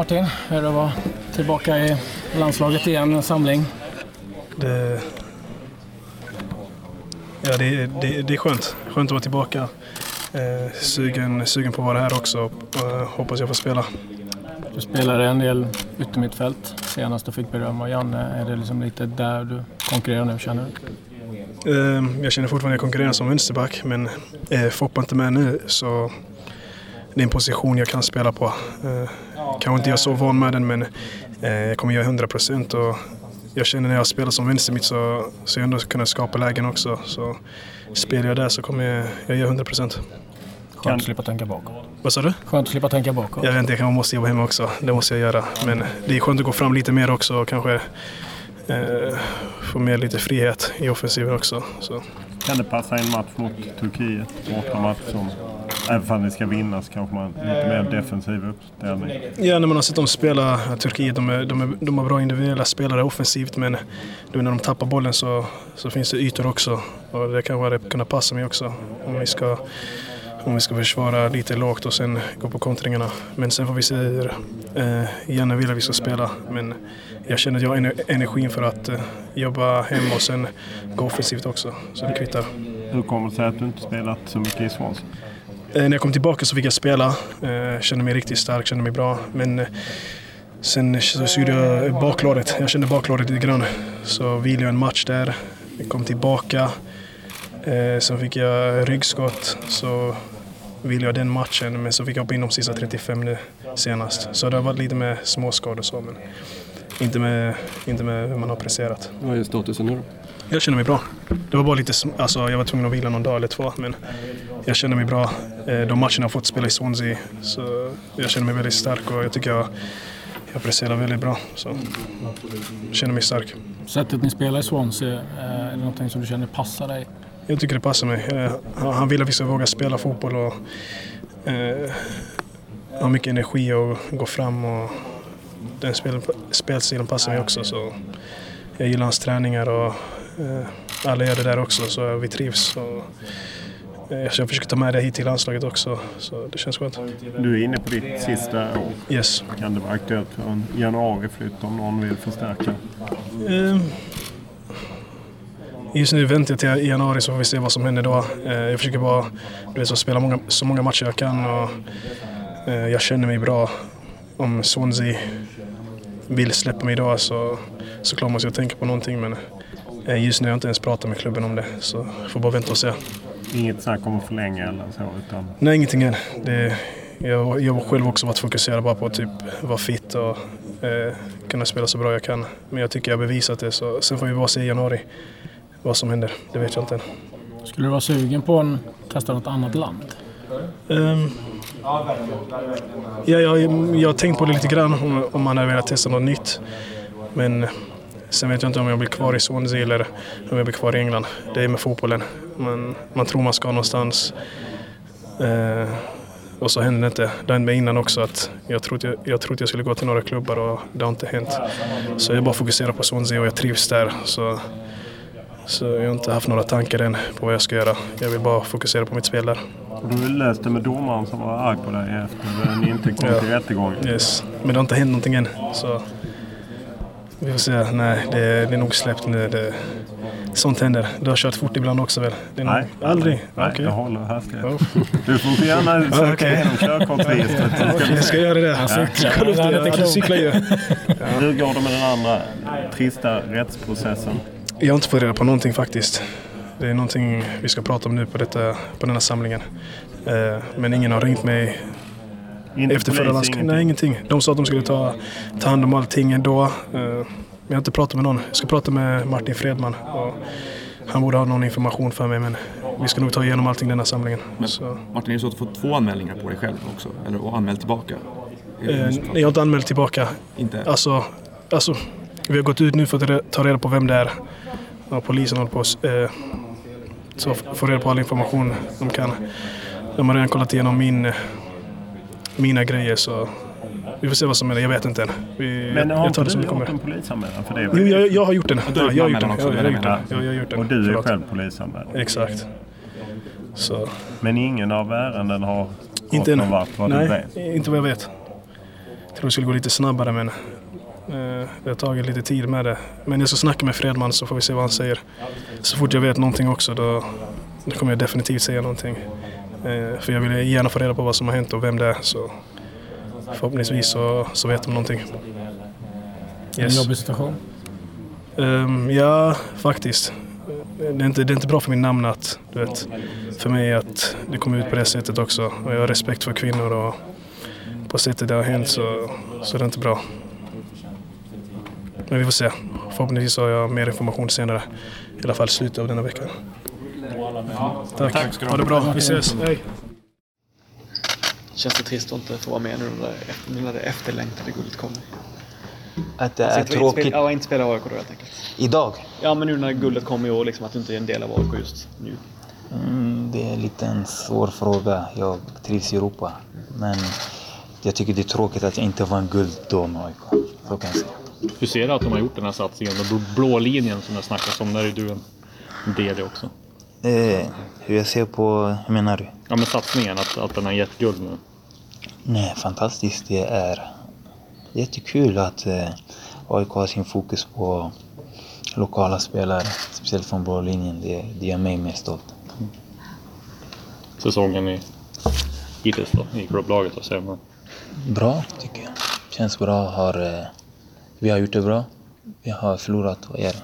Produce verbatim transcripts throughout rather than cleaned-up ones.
Martin, hur är det att vara tillbaka i landslaget igen, en samling? Det, ja, det, det, det är skönt. Skönt att vara tillbaka. Eh, sugen, sugen på att vara här också och eh, hoppas jag får spela. Du spelade en del yttermittfält senast och fick beröm av Janne. Är det liksom lite där du konkurrerar nu, känner du? Eh, jag känner fortfarande att jag konkurrerar som vänsterback, men eh, Foppa inte med nu, så det är en position jag kan spela på. Eh, kanske inte jag är så van med den, men eh, jag kommer göra hundra procent och jag känner när jag spelar som vänstermitt så, så jag ändå kunna skapa lägen också. Så spelar jag där så kommer jag, jag göra hundra procent. Skönt att slippa tänka bakåt. Vad sa du? Skönt att slippa tänka bakåt. Jag vet inte, jag kanske måste jobba hemma också. Det måste jag göra. Men det är skönt att gå fram lite mer också och kanske eh, få mer lite frihet i offensiven också. Så. Kan det passa en match mot Turkiet? Borta match som, även om det ska vinnas, kanske man lite mer defensiv uppställning? Ja, när man har sett dem spela Turkiet, de, är, de, är, de har bra individuella spelare offensivt, men då när de tappar bollen så, så finns det ytor också. Och det kan vara kunna passa mig också om vi ska... Om vi ska försvara lite lågt och sen gå på kontringarna. Men sen får vi se hur eh, gärna vill att vi ska spela. Men jag känner att jag har energin för att eh, jobba hem och sen gå offensivt också. Så det kvittar. Hur kommer det sig att du inte spelat så mycket i Swansea? Eh, när jag kom tillbaka så fick jag spela. Eh, kände mig riktigt stark, kände mig bra. Men eh, sen så sydde jag baklåret. Jag kände baklåret lite grann. Så ville jag en match där. Jag kom tillbaka. Eh, sen fick jag ryggskott, så ville jag den matchen, men så fick jag hoppa in de sista trettiofem nu senast. Så det har varit lite med småskador så, men inte med, inte med hur man har presterat. Vad är statusen nu då? Jag känner mig bra. Det var bara lite, alltså jag var tvungen att vila någon dag eller två, men jag känner mig bra. Eh, de matcherna jag har fått spela i Swansea, så jag känner mig väldigt stark och jag tycker jag, jag presterar väldigt bra. Så jag känner mig stark. Sättet ni spelar i Swansea, är det någonting som du känner passar dig? Jag tycker det passar mig. Han vill att vi ska våga spela fotboll och eh, ha mycket energi och gå fram. Och den spel, spelstilen passar mig också. Så jag gillar hans träningar och eh, alla gör det där också, så vi trivs. Och, eh, jag försöker ta med det hit till landslaget också, så det känns skönt. Du är inne på ditt sista år. Yes. Kan det vara aktuellt för en januariflytt om någon vill förstärka? Eh, Just nu väntar jag till i januari så får vi se vad som händer då. Jag försöker bara du vet, så spela många, så många matcher jag kan och jag känner mig bra. Om Swansea vill släppa mig då så, så klart måste jag tänka på någonting, men just nu har jag inte ens pratat med klubben om det, så jag får bara vänta och se. Inget snack om att förlänga eller så? Utan... Nej, ingenting än. Det, jag, jag har själv också varit fokuserad bara på att typ vara fit och eh, kunna spela så bra jag kan. Men jag tycker jag har bevisat det, så sen får vi bara se i januari. Vad som händer, det vet jag inte än. Skulle du vara sugen på att testa något annat land? Um, ja, jag, jag har tänkt på det lite grann om, om man hade velat testa något nytt. Men sen vet jag inte om jag blir kvar i Swansea eller om jag blir kvar i England. Det är med fotbollen. Man, man tror man ska någonstans. Uh, och så händer det inte. Det hände mig innan också att jag trodde jag, jag, trodde jag skulle gå till några klubbar och det har inte hänt. Så jag bara fokuserar på Swansea och jag trivs där. Så... Så jag har inte haft några tankar än på vad jag ska göra. Jag vill bara fokusera på mitt spel där. Du läste med domaren som var arg på dig efter att ni inte kom ja. till rättegången. Yes. Men det har inte hänt någonting än. Så vi får se. Nej, det, det är nog släppt nu. Det, sånt händer. Du har kört fort ibland också väl? Det är Nej, nog, aldrig. Nej, okay. jag håller hastighet. Oh. Du får gärna söka okay. igenom körkortsregistret. Okay, jag ska göra det. Han cyklar. Ja. Ja, du cyklar ju. Ja. Hur går det med den andra trista rättsprocessen? Jag har inte fått reda på någonting faktiskt. Det är någonting vi ska prata om nu på, detta, på den här samlingen. Eh, men ingen har ringt mig inte efter förra lands... Nej, ingenting. De sa att de skulle ta, ta hand om allting ändå. Eh, men jag har inte pratat med någon. Jag ska prata med Martin Fredman. Och han borde ha någon information för mig, men vi ska nog ta igenom allting den här samlingen. Men så. Martin, är det så att du fått två anmälningar på dig själv också? Eller och anmält tillbaka? Eh, jag har inte anmält tillbaka. Inte? Alltså, alltså, vi har gått ut nu för att ta reda på vem det är. Och polisen håller på att eh, så får reda på all information de kan. De har redan kollat igenom min, mina grejer, så vi får se vad som är det. Jag vet inte än. Vi, Men har jag tar det inte som du det gjort en polisanmälan för det? Jo, jag, jag har gjort den. Du ja, jag har gjort den. också, Ja, jag har gjort den. ja. Ja, jag har gjort den. Och du är Förlåt. själv polisanmäld? Exakt. Så. Men ingen av ärenden har inte gått någon vart vad Nej, du vet? inte vad jag vet. trodde det skulle gå lite snabbare, men eh, det har tagit lite tid med det. Men jag ska snacka med Fredman så får vi se vad han säger. Så fort jag vet någonting också, då, då kommer jag definitivt säga någonting. Eh, för jag vill gärna få reda på vad som har hänt och vem det är, så förhoppningsvis så, så vet de någonting. Yes. En jobbig situation? Um, ja, faktiskt. Det är, inte, det är inte bra för min namn att, du vet, för mig att det kommer ut på det sättet också. Och jag har respekt för kvinnor och på sättet det har hänt så, så är det inte bra. Men vi får se. Förhoppningsvis har jag mer information senare. I alla fall slutet av denna vecka. Tack. Tack ska du ha. Ha det bra. Vi ses. Hej. Känns det trist att inte få vara med nu när det efterlängtade guldet kommer? Att det är alltså, tråkigt. Ja, inte spela A I K då helt enkelt. Idag? Ja, men nu när guldet kommer och liksom att du inte är en del av A I K just nu. Mm, det är lite en svår fråga. Jag trivs i Europa. Men jag tycker det är tråkigt att jag inte var en guld då med A I K. Så kan jag säga. Hur ser du att de har gjort den här satsningen? Den blå linjen som jag snackat om, där är du en del i också. Eh, hur jag ser på, hur menar du? Ja, men satsningen, att, att den har gett guld nu. Nej, fantastiskt. Det är jättekul att eh, A I K har sin fokus på lokala spelare, speciellt från blå linjen. Det, det gör mig mer stolt. Mm. Säsongen i hittills då, i klubblaget, vad säger man? Bra, tycker jag. Känns bra. Har, eh, vi har gjort det bra. Vi har förlorat, vad är det?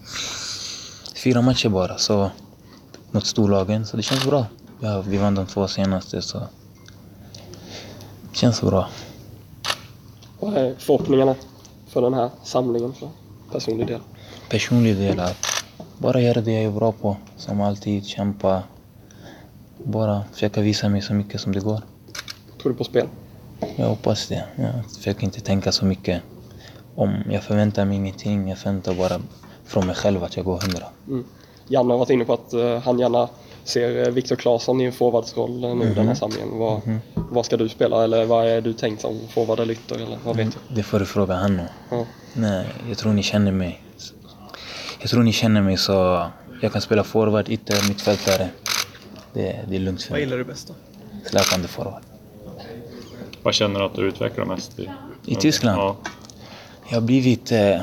Fyra matcher bara, så mot storlagen, så det känns bra. Ja, vi vann de två senaste, så det känns bra. Vad är förhoppningarna för den här samlingen för personlig del? Personlig del att bara göra det jag är bra på, som alltid, kämpa. Bara försöka visa mig så mycket som det går. Tror du på spel? Jag hoppas det. Jag försöker inte tänka så mycket om. Jag förväntar mig ingenting. Jag förväntar bara från mig själv att jag går hundra. Mm. Janne har varit inne på att uh, han gärna ser Viktor Claesson i en forwardsroll nu mm-hmm. den här samlingen. Vad, mm-hmm. vad ska du spela? Eller vad är du tänkt som forward eller ytter? Eller vad vet du? Det får du fråga han nu. Ja. Nej, jag tror ni känner mig. Jag tror ni känner mig så jag kan spela forward, ytter, mittfältare. Det, det är lugnt för mig. Vad gillar du bäst då? Släpande forward. Vad känner du att du utvecklar mest i? I Tyskland? Ja. Jag har blivit eh,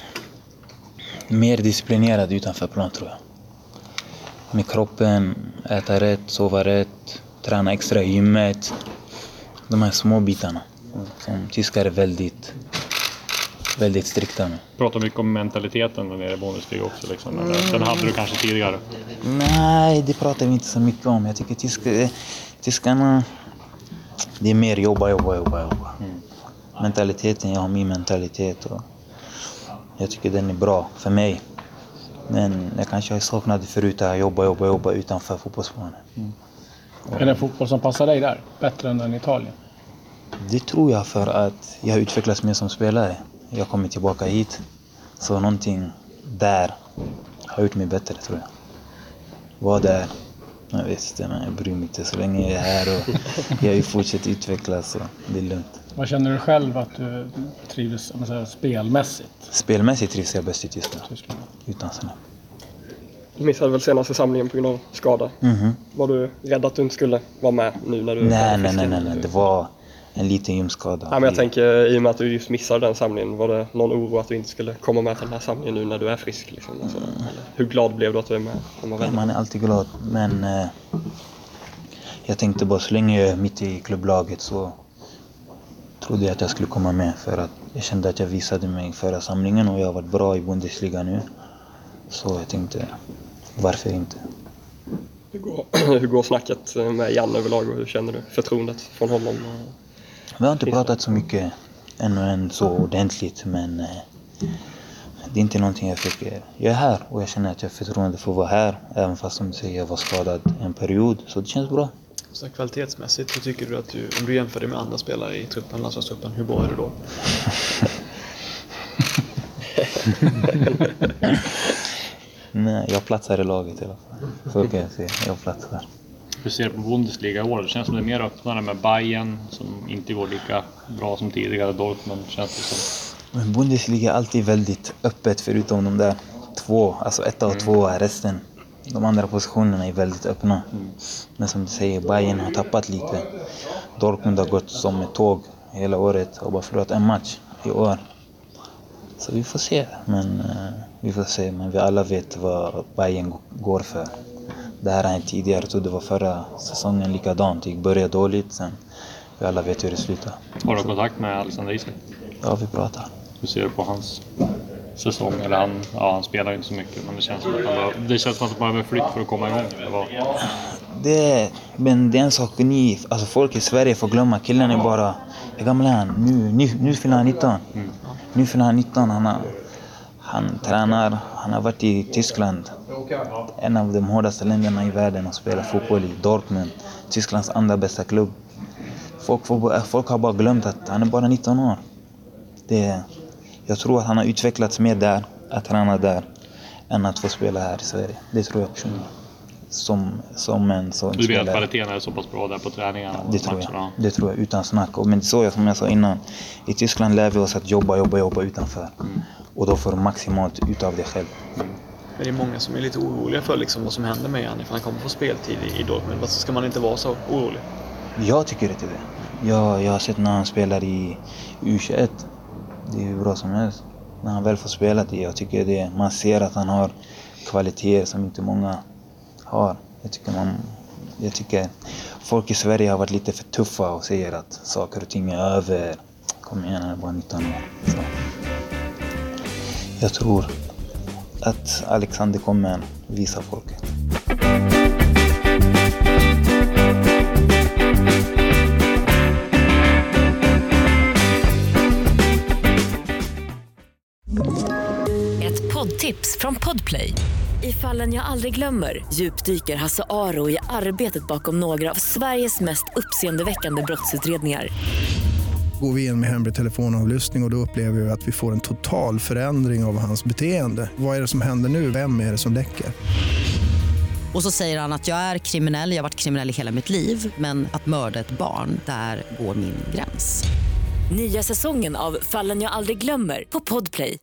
mer disciplinerad utanför plan, tror jag. Med kroppen, äta rätt, sova rätt, träna extra i gymmet. De här små bitarna som tyskar är väldigt, väldigt strikta med. Pratar mycket om mentaliteten nere i Bundesliga också. Liksom. Mm. Den hade du kanske tidigare? Nej, det pratar vi inte så mycket om. Jag tycker tyska, tyskarna, det är mer jobba, jobba, jobba, jobba. Mm. Mentaliteten, jag har min mentalitet och jag tycker den är bra för mig. Men jag kanske har saknat det förut att jobba, jobba, jobba utanför fotbollsplanen. Mm. Är det en fotboll som passar dig där? Bättre än den i Italien? Det tror jag, för att jag har utvecklats mer som spelare. Jag kommer tillbaka hit. Så någonting där har gjort mig bättre, tror jag. Vad det är? Jag vet inte, men jag bryr mig inte så länge jag är här och jag fortsätter utvecklas, så det är lugnt. Vad känner du själv att du trivs säga, spelmässigt? Spelmässigt trivs jag bäst i Tyskland. Tyskland. Utan sådana. Du missade väl senaste samlingen på grund av skada. Mm-hmm. Var du rädd att du inte skulle vara med nu när du... Nej, nej, nej, nej, nej. Det var en liten ljumskada. Ja, men jag tänker, i och med att du just missade den samlingen, var det någon oro att du inte skulle komma med till den här samlingen nu när du är frisk? Liksom? Alltså, mm. Hur glad blev du att du är med? Ja, man är alltid glad, men eh, jag tänkte bara så länge jag är mitt i klubblaget så trodde jag att jag skulle komma med, för att jag kände att jag visade mig förra samlingen och jag har varit bra i Bundesliga nu. Så jag tänkte, varför inte? Hur går, hur går snacket med Janne överlag och hur känner du förtroendet från honom? Vi har inte pratat så mycket ännu än så ordentligt, men eh, det är inte någonting jag fick. Jag är här och jag känner att jag har förtroende för att vara här, även fast som du säger jag var skadad en period, så det känns bra. Så kvalitetsmässigt, hur tycker du att du, om du jämför det med andra spelare i truppen, landslagstruppen, hur bra är du då? Nej, jag platsar i laget i alla fall. Så kan jag säga, jag platsar. Hur ser du på Bundesliga i år? Det känns som det är mer öppnare med Bayern som inte går lika bra som tidigare. Dortmund känns det som. Men Bundesliga är alltid väldigt öppet, förutom de där två, alltså ett och mm. två är resten. De andra positionerna är väldigt öppna. Mm. Men som du säger, Bayern har tappat lite. Dortmund har gått som ett tåg hela året och bara förlorat en match i år. Så vi får se, men uh, vi får se, men vi alla vet vad Bayern går för. Det här är tidigare, så det var förra säsongen likadant. Det började dåligt, sen vi alla vet hur det slutar. Har du kontakt med Alexander Isak? Ja, vi pratar. Hur ser du på hans säsong? Eller han, ja, han spelar inte så mycket, men det känns som att han, var, det känns som att han bara behöver flytt för att komma igång. Det var... det, men det är en sak ni, alltså folk i Sverige får glömma. Killen är bara, hur gammal är han? Nu, nu, nu fyller han nitton. Mm. Nu fyller han nitton, han, har, han tränar, han har varit i Tyskland. En av de hårdaste länderna i världen och spelar fotboll i Dortmund. Tysklands andra bästa klubb. Folk, får, folk har bara glömt att han är bara nitton år. Det, jag tror att han har utvecklats mer där, att träna där, än att få spela här i Sverige. Det tror jag personligen. Som, som en sån du vet att kvaliteten är så pass bra där på träningarna? Det tror jag, det tror jag utan snack. Men så jag, som jag sa innan, i Tyskland lär vi oss att jobba, jobba, jobba utanför. Mm. Och då får du maximalt ut av det själv. Mm. Men det är många som är lite oroliga för liksom vad som händer med han, ifall han kommer få speltid i Dortmund. Varför ska man inte vara så orolig? Jag tycker inte det. Jag, jag har sett när han spelar i U tjugoett. Det är ju bra som helst. När han väl får spela det, jag tycker det, man ser att han har kvaliteter som inte många har. Jag tycker, man, jag tycker folk i Sverige har varit lite för tuffa och säger att saker och ting är över. Kom igen, han är bara nitton år. Så. Jag tror att Alexander kommer visa folket. Ett poddtips från Podplay. I Fallen jag aldrig glömmer djupdyker Hasse Aro i arbetet bakom några av Sveriges mest uppseendeväckande brottsutredningar. Går vi in med hemlig telefonavlyssning och, och då upplever vi att vi får en total förändring av hans beteende. Vad är det som händer nu? Vem är det som läcker? Och så säger han att jag är kriminell, jag har varit kriminell i hela mitt liv. Men att mörda ett barn, där går min gräns. Nya säsongen av Fallen jag aldrig glömmer på Podplay.